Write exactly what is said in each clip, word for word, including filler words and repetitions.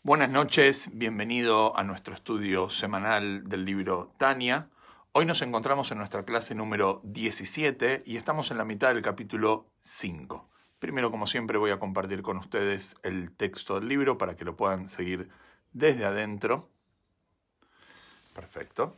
Buenas noches, bienvenido a nuestro estudio semanal del libro Tania. Hoy nos encontramos en nuestra clase número diecisiete y estamos en la mitad del capítulo cinco. Primero, como siempre, voy a compartir con ustedes el texto del libro para que lo puedan seguir desde adentro. Perfecto.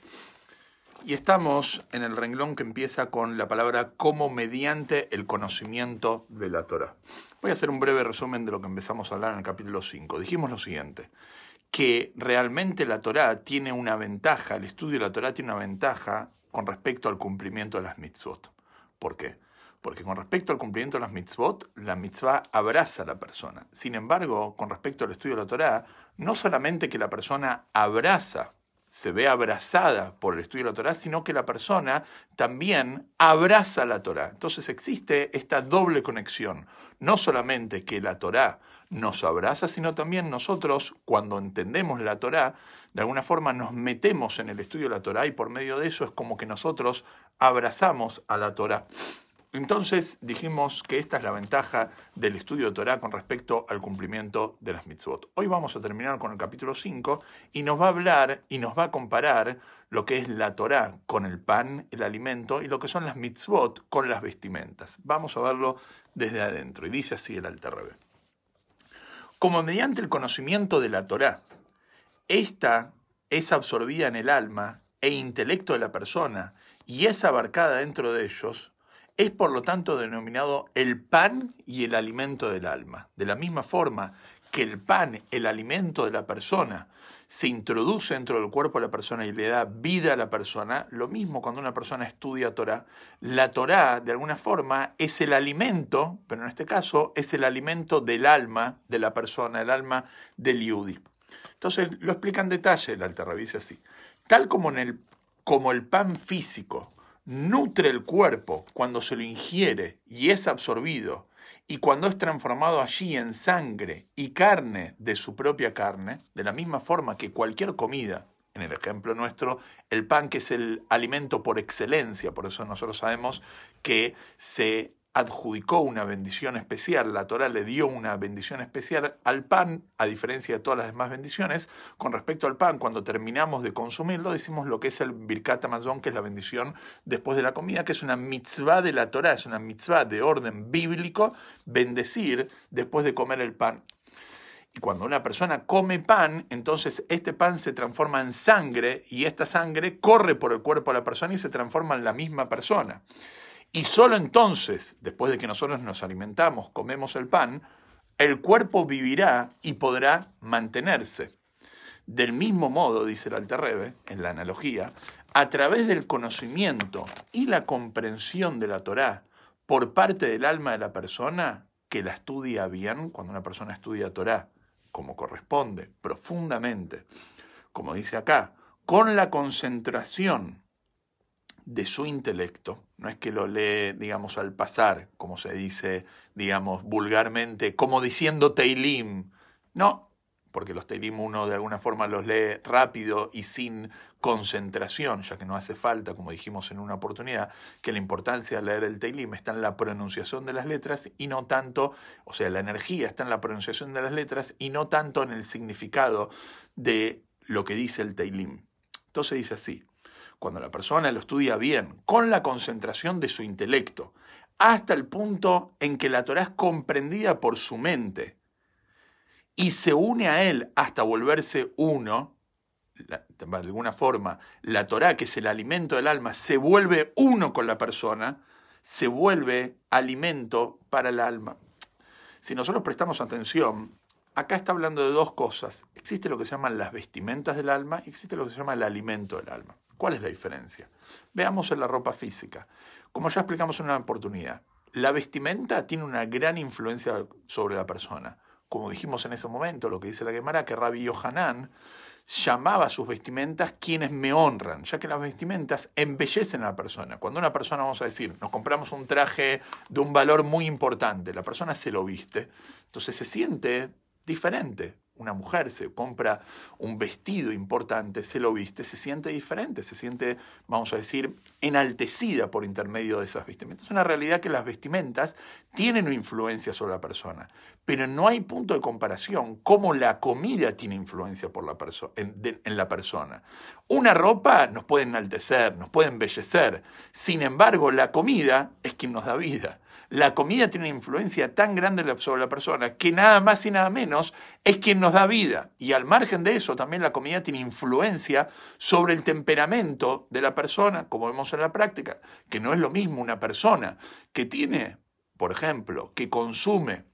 Y estamos en el renglón que empieza con la palabra como mediante el conocimiento de la Torá. Voy a hacer un breve resumen de lo que empezamos a hablar en el capítulo cinco. Dijimos lo siguiente, que realmente la Torá tiene una ventaja, el estudio de la Torá tiene una ventaja con respecto al cumplimiento de las mitzvot. ¿Por qué? Porque con respecto al cumplimiento de las mitzvot, la mitzvah abraza a la persona. Sin embargo, con respecto al estudio de la Torá, no solamente que la persona abraza, se ve abrazada por el estudio de la Torá, sino que la persona también abraza la Torá. Entonces existe esta doble conexión. No solamente que la Torá nos abraza, sino también nosotros, cuando entendemos la Torá, de alguna forma nos metemos en el estudio de la Torá y por medio de eso es como que nosotros abrazamos a la Torá. Entonces dijimos que esta es la ventaja del estudio de Torá con respecto al cumplimiento de las mitzvot. Hoy vamos a terminar con el capítulo cinco y nos va a hablar y nos va a comparar lo que es la Torá con el pan, el alimento, y lo que son las mitzvot con las vestimentas. Vamos a verlo desde adentro. Y dice así el Alter Rebbe. Como mediante el conocimiento de la Torá, esta es absorbida en el alma e intelecto de la persona y es abarcada dentro de ellos, es por lo tanto denominado el pan y el alimento del alma. De la misma forma que el pan, el alimento de la persona, se introduce dentro del cuerpo de la persona y le da vida a la persona, lo mismo cuando una persona estudia Torá. La Torá, de alguna forma, es el alimento, pero en este caso es el alimento del alma de la persona, el alma del Yehudi. Entonces lo explica en detalle el Alter Rebbe, dice así. Tal como, en el, como el pan físico nutre el cuerpo cuando se lo ingiere y es absorbido, y cuando es transformado allí en sangre y carne de su propia carne, de la misma forma que cualquier comida, en el ejemplo nuestro, el pan que es el alimento por excelencia, por eso nosotros sabemos que se adjudicó una bendición especial, la Torá le dio una bendición especial al pan, a diferencia de todas las demás bendiciones. Con respecto al pan, cuando terminamos de consumirlo, decimos lo que es el Birkat Hamazon, que es la bendición después de la comida, que es una mitzvah de la Torá, es una mitzvah de orden bíblico, bendecir después de comer el pan. Y cuando una persona come pan, entonces este pan se transforma en sangre y esta sangre corre por el cuerpo de la persona y se transforma en la misma persona. Y solo entonces, después de que nosotros nos alimentamos, comemos el pan, el cuerpo vivirá y podrá mantenerse. Del mismo modo, dice el Alter Rebbe, en la analogía, a través del conocimiento y la comprensión de la Torá por parte del alma de la persona que la estudia bien, cuando una persona estudia Torá como corresponde, profundamente, como dice acá, con la concentración de su intelecto, no es que lo lee, digamos, al pasar, como se dice, digamos, vulgarmente, como diciendo Teilim. No, porque los Teilim uno de alguna forma los lee rápido y sin concentración, ya que no hace falta, como dijimos en una oportunidad, que la importancia de leer el Teilim está en la pronunciación de las letras y no tanto, o sea, la energía está en la pronunciación de las letras y no tanto en el significado de lo que dice el Teilim. Entonces dice así. Cuando la persona lo estudia bien, con la concentración de su intelecto, hasta el punto en que la Torá es comprendida por su mente y se une a él hasta volverse uno, la, de alguna forma, la Torá, que es el alimento del alma, se vuelve uno con la persona, se vuelve alimento para el alma. Si nosotros prestamos atención, acá está hablando de dos cosas. Existe lo que se llaman las vestimentas del alma y existe lo que se llama el alimento del alma. ¿Cuál es la diferencia? Veamos en la ropa física. Como ya explicamos en una oportunidad, la vestimenta tiene una gran influencia sobre la persona. Como dijimos en ese momento, lo que dice la Gemara, que Rabbi Yohanan llamaba a sus vestimentas quienes me honran, ya que las vestimentas embellecen a la persona. Cuando una persona, vamos a decir, nos compramos un traje de un valor muy importante, la persona se lo viste, entonces se siente diferente. una mujer se compra un vestido importante, se lo viste, se siente diferente, se siente, vamos a decir, enaltecida por intermedio de esas vestimentas. Es una realidad que las vestimentas tienen una influencia sobre la persona, pero no hay punto de comparación cómo la comida tiene influencia por la perso- en, de, en la persona. Una ropa nos puede enaltecer, nos puede embellecer, sin embargo, la comida es quien nos da vida. La comida tiene una influencia tan grande sobre la persona que nada más y nada menos es quien nos da vida. Y al margen de eso, también la comida tiene influencia sobre el temperamento de la persona, como vemos en la práctica, que no es lo mismo una persona que tiene, por ejemplo, que consume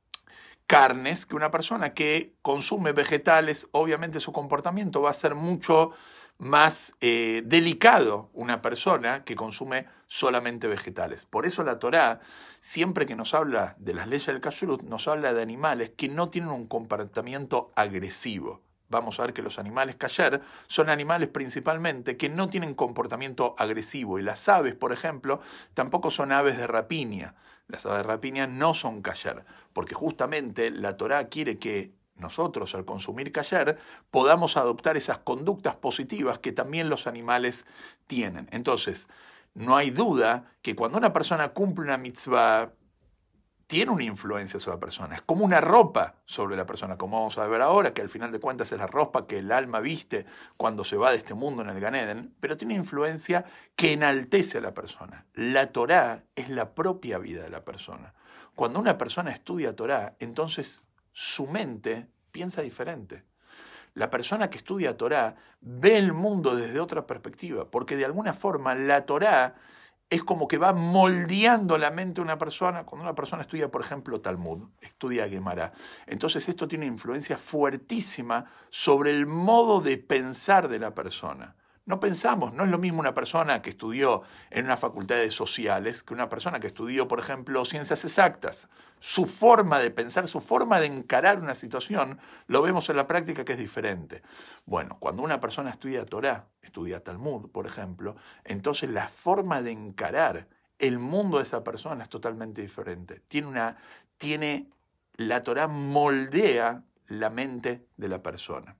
carnes que una persona que consume vegetales. Obviamente su comportamiento va a ser mucho más eh, delicado una persona que consume solamente vegetales. Por eso la Torá, siempre que nos habla de las leyes del kashrut, nos habla de animales que no tienen un comportamiento agresivo. Vamos a ver que los animales kasher son animales principalmente que no tienen comportamiento agresivo. Y las aves, por ejemplo, tampoco son aves de rapiña. Las aves de rapiña no son kasher, porque justamente la Torá quiere que nosotros, al consumir kasher, podamos adoptar esas conductas positivas que también los animales tienen. Entonces, no hay duda que cuando una persona cumple una mitzvah, tiene una influencia sobre la persona. Es como una ropa sobre la persona, como vamos a ver ahora, que al final de cuentas es la ropa que el alma viste cuando se va de este mundo en el Gan Eden, pero tiene una influencia que enaltece a la persona. La Torá es la propia vida de la persona. Cuando una persona estudia Torá, entonces su mente piensa diferente. La persona que estudia Torá ve el mundo desde otra perspectiva, porque de alguna forma la Torá es como que va moldeando la mente de una persona. Cuando una persona estudia, por ejemplo, Talmud, estudia Gemara, entonces esto tiene una influencia fuertísima sobre el modo de pensar de la persona. No pensamos, no es lo mismo una persona que estudió en una facultad de sociales que una persona que estudió, por ejemplo, ciencias exactas. Su forma de pensar, su forma de encarar una situación, lo vemos en la práctica que es diferente. Bueno, cuando una persona estudia Torá, estudia Talmud, por ejemplo, entonces la forma de encarar el mundo de esa persona es totalmente diferente. Tiene una, tiene, la Torá moldea la mente de la persona.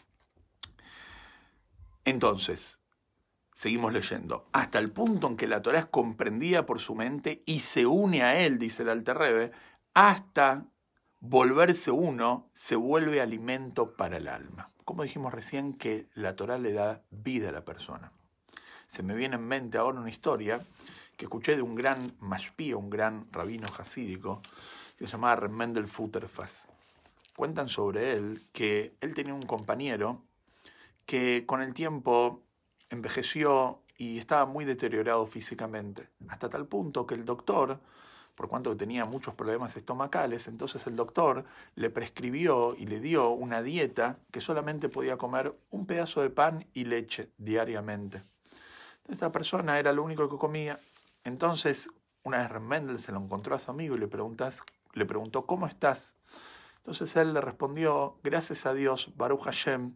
Entonces, seguimos leyendo, hasta el punto en que la Torá es comprendida por su mente y se une a él, dice el Alter Rebbe, hasta volverse uno, se vuelve alimento para el alma. Como dijimos recién, que la Torá le da vida a la persona. Se me viene en mente ahora una historia que escuché de un gran mashpía, un gran rabino hasídico, que se llamaba Reb Mendel Futterfass. Cuentan sobre él que él tenía un compañero que con el tiempo envejeció y estaba muy deteriorado físicamente, hasta tal punto que el doctor, por cuanto tenía muchos problemas estomacales, entonces el doctor le prescribió y le dio una dieta que solamente podía comer un pedazo de pan y leche diariamente. Esta persona era lo único que comía. Entonces, una vez Reb Mendel se lo encontró a su amigo y le, preguntas, le preguntó, ¿cómo estás? Entonces él le respondió, gracias a Dios, Baruch Hashem,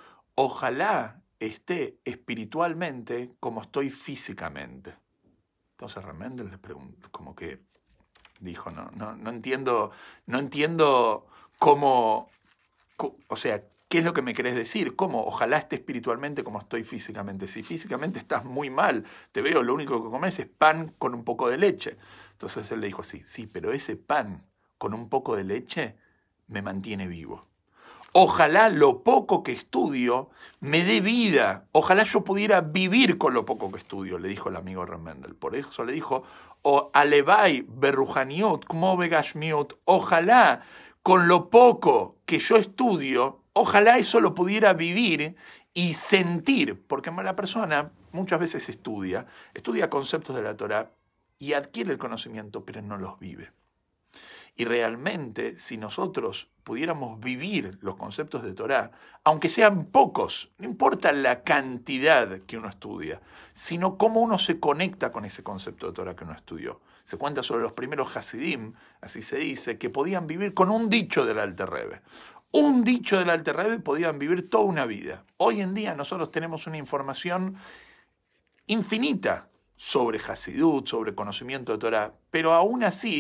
ojalá esté espiritualmente como estoy físicamente. Entonces Reb Mendel le preguntó, como que dijo, no, no, no entiendo, no entiendo cómo, o sea, ¿qué es lo que me querés decir? ¿Cómo? Ojalá esté espiritualmente como estoy físicamente. Si físicamente estás muy mal, te veo, lo único que comes es pan con un poco de leche. Entonces él le dijo así, sí, pero ese pan con un poco de leche me mantiene vivo. Ojalá lo poco que estudio me dé vida. Ojalá yo pudiera vivir con lo poco que estudio, le dijo el amigo Reb Mendel. Por eso le dijo, o alevai berruhaniot, como begashmiot, ojalá con lo poco que yo estudio, ojalá eso lo pudiera vivir y sentir. Porque la persona muchas veces estudia, estudia conceptos de la Torá y adquiere el conocimiento, pero no los vive. Y realmente, si nosotros pudiéramos vivir los conceptos de Torá, aunque sean pocos, no importa la cantidad que uno estudia, sino cómo uno se conecta con ese concepto de Torá que uno estudió. Se cuenta sobre los primeros Hasidim, así se dice, que podían vivir con un dicho del Alter Rebbe. Un dicho del Alter Rebbe podían vivir toda una vida. Hoy en día nosotros tenemos una información infinita sobre Hasidut, sobre conocimiento de Torá, pero aún así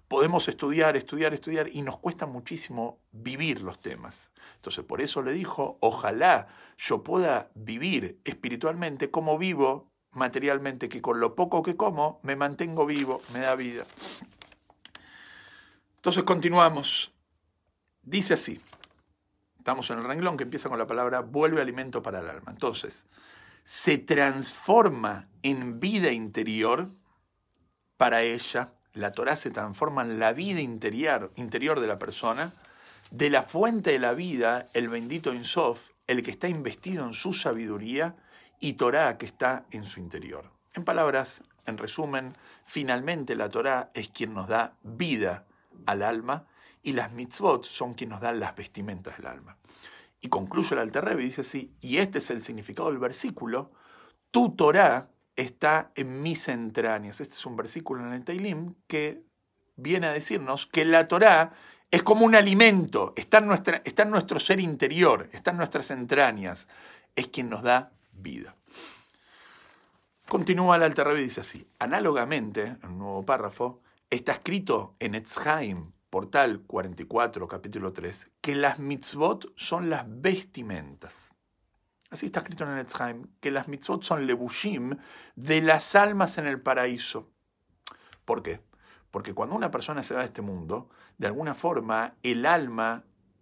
podemos estudiar, estudiar, estudiar y nos cuesta muchísimo vivir los temas. Entonces por eso le dijo, ojalá yo pueda vivir espiritualmente como vivo materialmente, que con lo poco que como me mantengo vivo, me da vida. Entonces continuamos. Dice así, estamos en el renglón que empieza con la palabra vuelve alimento para el alma. Entonces, se transforma en vida interior para ella. La Torá se transforma en la vida interior, interior de la persona, de la fuente de la vida, el bendito Ein Sof, el que está investido en su sabiduría, y Torá que está en su interior. En palabras, en resumen, finalmente la Torá es quien nos da vida al alma y las mitzvot son quien nos dan las vestimentas del alma. Y concluye el Alter Rebbe y dice así, y este es el significado del versículo, tu Torá está en mis entrañas. Este es un versículo en el Teilim que viene a decirnos que la Torá es como un alimento, está en, nuestra, está en nuestro ser interior, está en nuestras entrañas, es quien nos da vida. Continúa el Alter Rebbe y dice así, análogamente, en un nuevo párrafo, está escrito en Etz Haim, portal cuarenta y cuatro, capítulo tres, que las mitzvot son las vestimentas. Así está escrito en el Etz Haim, que las mitzvot son lebushim de las almas en el paraíso. ¿Por qué? Porque cuando una persona se va de este mundo, de alguna forma el alma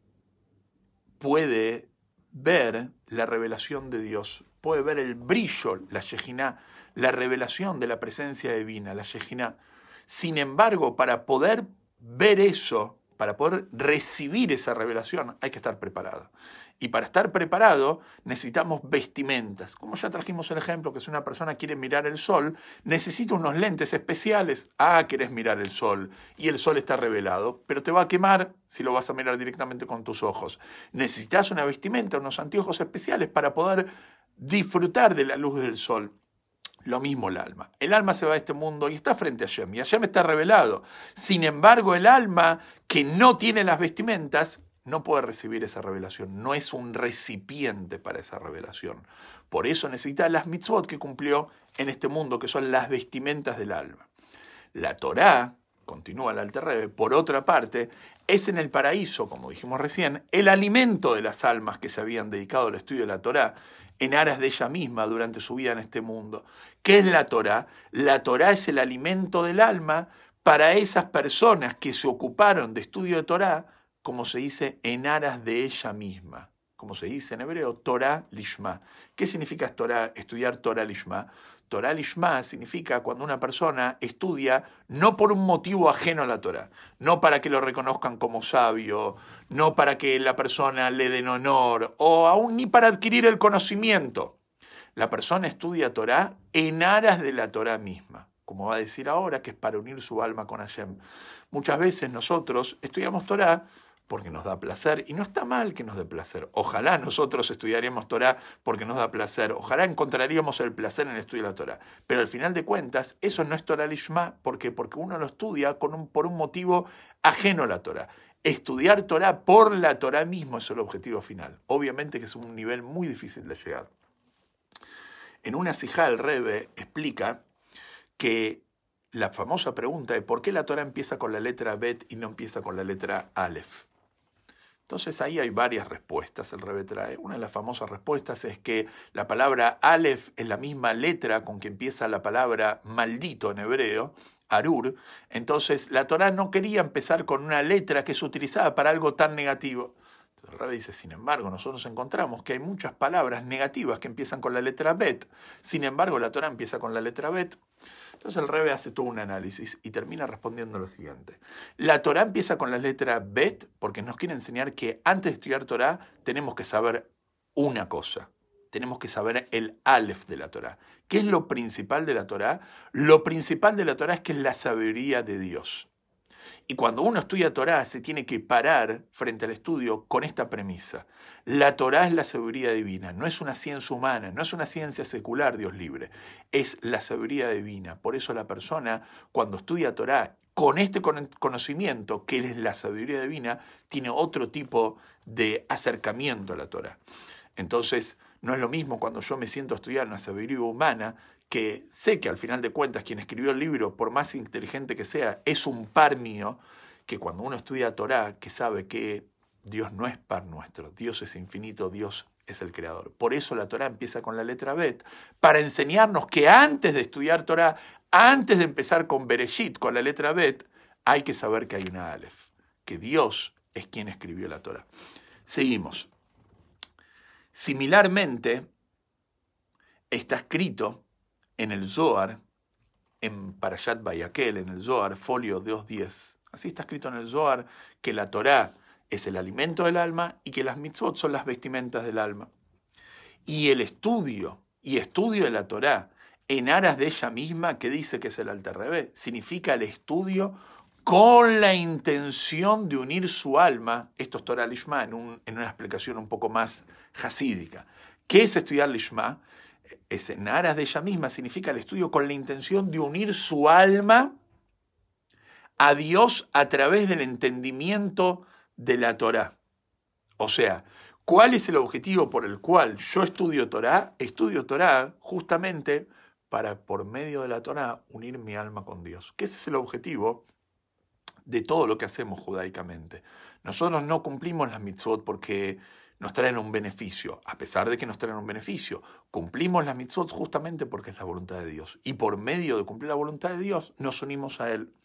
puede ver la revelación de Dios, puede ver el brillo, la Shejiná, la revelación de la presencia divina, la Shejiná. Sin embargo, para poder ver eso, para poder recibir esa revelación, hay que estar preparado. Y para estar preparado necesitamos vestimentas. Como ya trajimos el ejemplo, que si una persona quiere mirar el sol, necesita unos lentes especiales. Ah, querés mirar el sol y el sol está revelado, pero te va a quemar si lo vas a mirar directamente con tus ojos. Necesitas una vestimenta, unos anteojos especiales para poder disfrutar de la luz del sol. Lo mismo el alma. El alma se va de este mundo y está frente a Hashem, y Hashem está revelado. Sin embargo, el alma que no tiene las vestimentas no puede recibir esa revelación, no es un recipiente para esa revelación. Por eso necesita las mitzvot que cumplió en este mundo, que son las vestimentas del alma. La Torá, continúa el Alter Rebbe, por otra parte, es en el paraíso, como dijimos recién, el alimento de las almas que se habían dedicado al estudio de la Torá en aras de ella misma durante su vida en este mundo. ¿Qué es la Torá? La Torá es el alimento del alma para esas personas que se ocuparon de estudio de Torá, como se dice, en aras de ella misma. Como se dice en hebreo, Torah Lishma. ¿Qué significa Torah, estudiar Torah Lishma? Torah Lishma significa cuando una persona estudia no por un motivo ajeno a la Torah, no para que lo reconozcan como sabio, no para que la persona le den honor, o aún ni para adquirir el conocimiento. La persona estudia Torah en aras de la Torah misma, como va a decir ahora, que es para unir su alma con Hashem. Muchas veces nosotros estudiamos Torah porque nos da placer, y no está mal que nos dé placer. Ojalá nosotros estudiaríamos Torah porque nos da placer, ojalá encontraríamos el placer en el estudio de la Torah, pero al final de cuentas, eso no es Torah Lishma, porque porque uno lo estudia con un, por un motivo ajeno a la Torah. Estudiar Torah por la Torah mismo es el objetivo final. Obviamente que es un nivel muy difícil de llegar. En una sijá el Rebbe explica que la famosa pregunta de por qué la Torah empieza con la letra Bet y no empieza con la letra Aleph. Entonces ahí hay varias respuestas, el Rebbe trae. Una de las famosas respuestas es que la palabra Aleph es la misma letra con que empieza la palabra maldito en hebreo, Arur. Entonces la Torá no quería empezar con una letra que es utilizada para algo tan negativo. Entonces el Rebbe dice, sin embargo, nosotros encontramos que hay muchas palabras negativas que empiezan con la letra Bet. Sin embargo, la Torá empieza con la letra Bet. Entonces el Rebbe hace todo un análisis y termina respondiendo lo siguiente. La Torá empieza con la letra Bet porque nos quiere enseñar que antes de estudiar Torá tenemos que saber una cosa. Tenemos que saber el Aleph de la Torá. ¿Qué es lo principal de la Torá? Lo principal de la Torá es que es la sabiduría de Dios. Y cuando uno estudia Torá se tiene que parar frente al estudio con esta premisa. La Torá es la sabiduría divina, no es una ciencia humana, no es una ciencia secular, Dios libre, es la sabiduría divina. Por eso la persona cuando estudia Torá con este conocimiento, que es la sabiduría divina, tiene otro tipo de acercamiento a la Torá. Entonces no es lo mismo cuando yo me siento a estudiar una sabiduría humana que sé que al final de cuentas quien escribió el libro, por más inteligente que sea, es un par mío, que cuando uno estudia Torá, que sabe que Dios no es par nuestro, Dios es infinito, Dios es el creador. Por eso la Torá empieza con la letra Bet, para enseñarnos que antes de estudiar Torá, antes de empezar con Bereshit, con la letra Bet, hay que saber que hay una Aleph, que Dios es quien escribió la Torá. Seguimos. Similarmente, está escrito en el Zohar, en Parashat Vayakel, en el Zohar, folio doscientos diez. Así está escrito en el Zohar que la Torá es el alimento del alma y que las mitzvot son las vestimentas del alma. Y el estudio, y estudio de la Torá, en aras de ella misma, que dice que es el Alter Rebbe, significa el estudio con la intención de unir su alma, esto es Torah Lishma, en, un, en una explicación un poco más hasídica. ¿Qué es estudiar Lishma? Es en aras de ella misma, significa el estudio con la intención de unir su alma a Dios a través del entendimiento de la Torá. O sea, ¿cuál es el objetivo por el cual yo estudio Torá? Estudio Torá justamente para, por medio de la Torá, unir mi alma con Dios. Que ese es el objetivo de todo lo que hacemos judaicamente. Nosotros no cumplimos las mitzvot porque nos traen un beneficio, a pesar de que nos traen un beneficio. Cumplimos las mitzvot justamente porque es la voluntad de Dios. Y por medio de cumplir la voluntad de Dios, nos unimos a Él.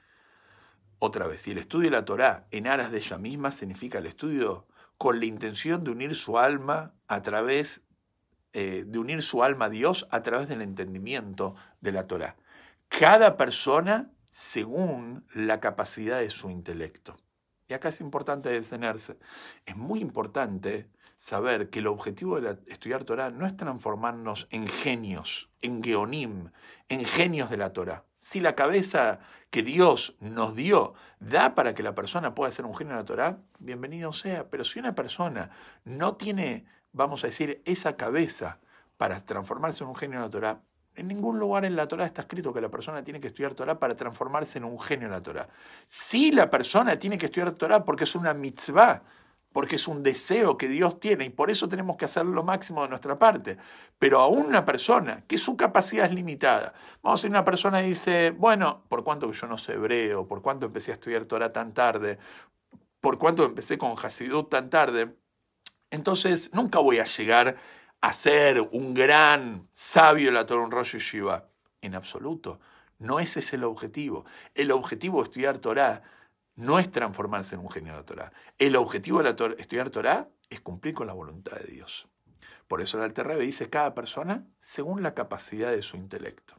Otra vez, si el estudio de la Torá en aras de ella misma significa el estudio con la intención de unir su alma a través, eh, de unir su alma a Dios a través del entendimiento de la Torá. Cada persona según la capacidad de su intelecto. Y acá es importante detenerse. Es muy importante saber que el objetivo de la, estudiar Torá no es transformarnos en genios, en geonim, en genios de la Torá. Si la cabeza que Dios nos dio da para que la persona pueda ser un genio de la Torá, bienvenido sea. Pero si una persona no tiene, vamos a decir, esa cabeza para transformarse en un genio de la Torá, en ningún lugar en la Torá está escrito que la persona tiene que estudiar Torá para transformarse en un genio en la Torá. Sí, la persona tiene que estudiar Torá porque es una mitzvah, porque es un deseo que Dios tiene y por eso tenemos que hacer lo máximo de nuestra parte. Pero aún una persona que su capacidad es limitada, vamos a decir, una persona dice, bueno, por cuánto que yo no sé hebreo, por cuánto empecé a estudiar Torá tan tarde, por cuánto empecé con Hasidut tan tarde, entonces nunca voy a llegar a ser un gran sabio de la Torá, un Rosh Yeshiva. En absoluto. No ese es el objetivo. El objetivo de estudiar Torá no es transformarse en un genio de la Torá. El objetivo de la Torá, estudiar Torá es cumplir con la voluntad de Dios. Por eso el Alter Rebbe dice cada persona según la capacidad de su intelecto.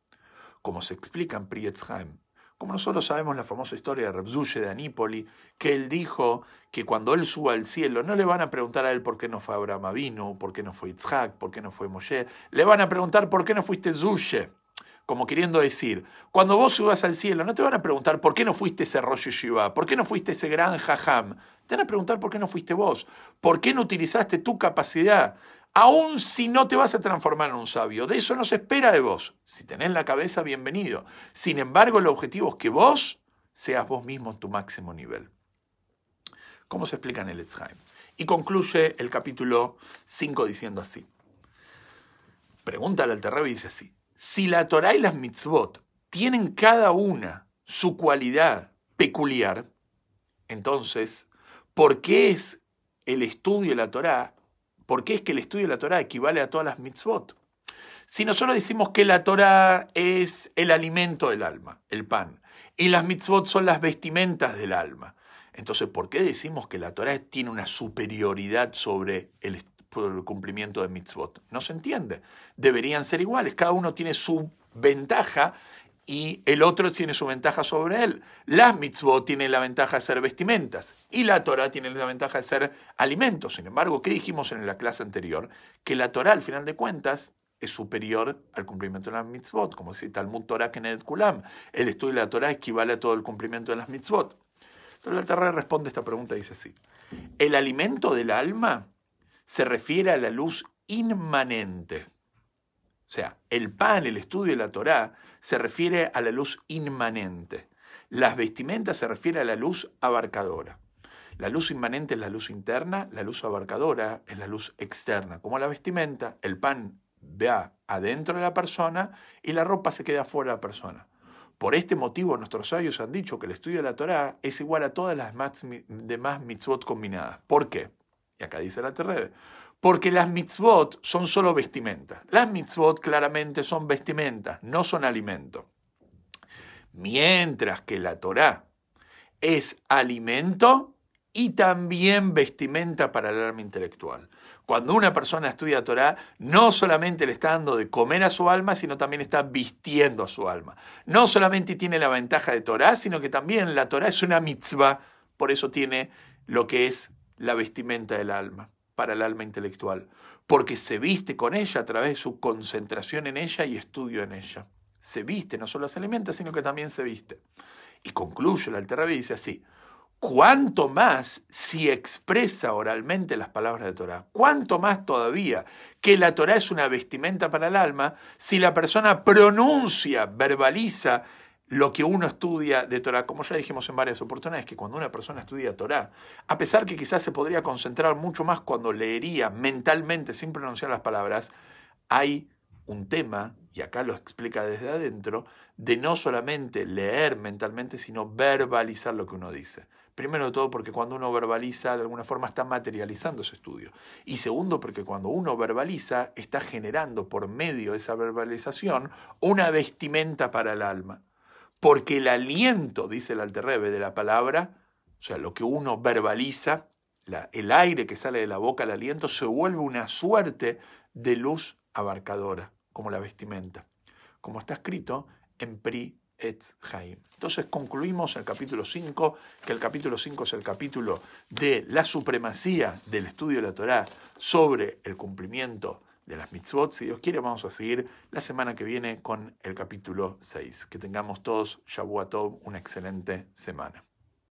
Como se explica en Pri Etz Chaim, como nosotros sabemos la famosa historia de Reb Zushe de Anípoli, que él dijo que cuando él suba al cielo no le van a preguntar a él por qué no fue Abraham Avinu, por qué no fue Yitzhak, por qué no fue Moshe, le van a preguntar por qué no fuiste Zushe. Como queriendo decir, cuando vos subas al cielo no te van a preguntar por qué no fuiste ese Rosh Yeshiva, por qué no fuiste ese gran Jajam, te van a preguntar por qué no fuiste vos, por qué no utilizaste tu capacidad, aun si no te vas a transformar en un sabio. De eso no se espera de vos. Si tenés la cabeza, bienvenido. Sin embargo, el objetivo es que vos seas vos mismo en tu máximo nivel. ¿Cómo se explica en el Etz Chaim? Y concluye el capítulo cinco diciendo así. Pregunta al Alter Rebbe y dice así. Si la Torá y las mitzvot tienen cada una su cualidad peculiar, entonces, ¿por qué es el estudio de la Torá? ¿Por qué es que el estudio de la Torá equivale a todas las mitzvot? Si nosotros decimos que la Torá es el alimento del alma, el pan, y las mitzvot son las vestimentas del alma, entonces, ¿por qué decimos que la Torá tiene una superioridad sobre el estudio? Por el cumplimiento de mitzvot? No se entiende. Deberían ser iguales. Cada uno tiene su ventaja y el otro tiene su ventaja sobre él. Las mitzvot tienen la ventaja de ser vestimentas y la Torá tiene la ventaja de ser alimentos. Sin embargo, ¿qué dijimos en la clase anterior? Que la Torá, al final de cuentas, es superior al cumplimiento de las mitzvot. Como dice Talmud Torah Kenedet Kulam. El estudio de la Torá equivale a todo el cumplimiento de las mitzvot. Entonces, la Torá responde esta pregunta y dice así. El alimento del alma se refiere a la luz inmanente. O sea, el pan, el estudio de la Torá, se refiere a la luz inmanente. Las vestimentas se refiere a la luz abarcadora. La luz inmanente es la luz interna, la luz abarcadora es la luz externa. Como la vestimenta, el pan va adentro de la persona y la ropa se queda fuera de la persona. Por este motivo nuestros sabios han dicho que el estudio de la Torá es igual a todas las demás mitzvot combinadas. ¿Por qué? Y acá dice el Alter Rebbe. Porque las mitzvot son solo vestimentas. Las mitzvot claramente son vestimentas, no son alimento. Mientras que la Torá es alimento y también vestimenta para el alma intelectual. Cuando una persona estudia Torá, no solamente le está dando de comer a su alma, sino también está vistiendo a su alma. No solamente tiene la ventaja de Torá, sino que también la Torá es una mitzvah, por eso tiene lo que es la vestimenta del alma, para el alma intelectual. Porque se viste con ella a través de su concentración en ella y estudio en ella. Se viste, no solo se alimenta, sino que también se viste. Y concluye el Alter Rebbe y dice así: cuánto más si expresa oralmente las palabras de Torá, cuánto más todavía que la Torá es una vestimenta para el alma, si la persona pronuncia, verbaliza lo que uno estudia de Torá. Como ya dijimos en varias oportunidades, que cuando una persona estudia Torá, a pesar que quizás se podría concentrar mucho más cuando leería mentalmente sin pronunciar las palabras, hay un tema, y acá lo explica desde adentro, de no solamente leer mentalmente, sino verbalizar lo que uno dice. Primero de todo porque cuando uno verbaliza, de alguna forma está materializando ese estudio. Y segundo porque cuando uno verbaliza, está generando por medio de esa verbalización una vestimenta para el alma. Porque el aliento, dice el Alter Rebbe, de la palabra, o sea, lo que uno verbaliza, la, el aire que sale de la boca, el aliento, se vuelve una suerte de luz abarcadora, como la vestimenta, como está escrito en Pri Etz Chaim. Entonces concluimos el capítulo cinco, que el capítulo cinco es el capítulo de la supremacía del estudio de la Torá sobre el cumplimiento de las mitzvot. Si Dios quiere, vamos a seguir la semana que viene con el capítulo seis. Que tengamos todos, Shavua Tov, una excelente semana.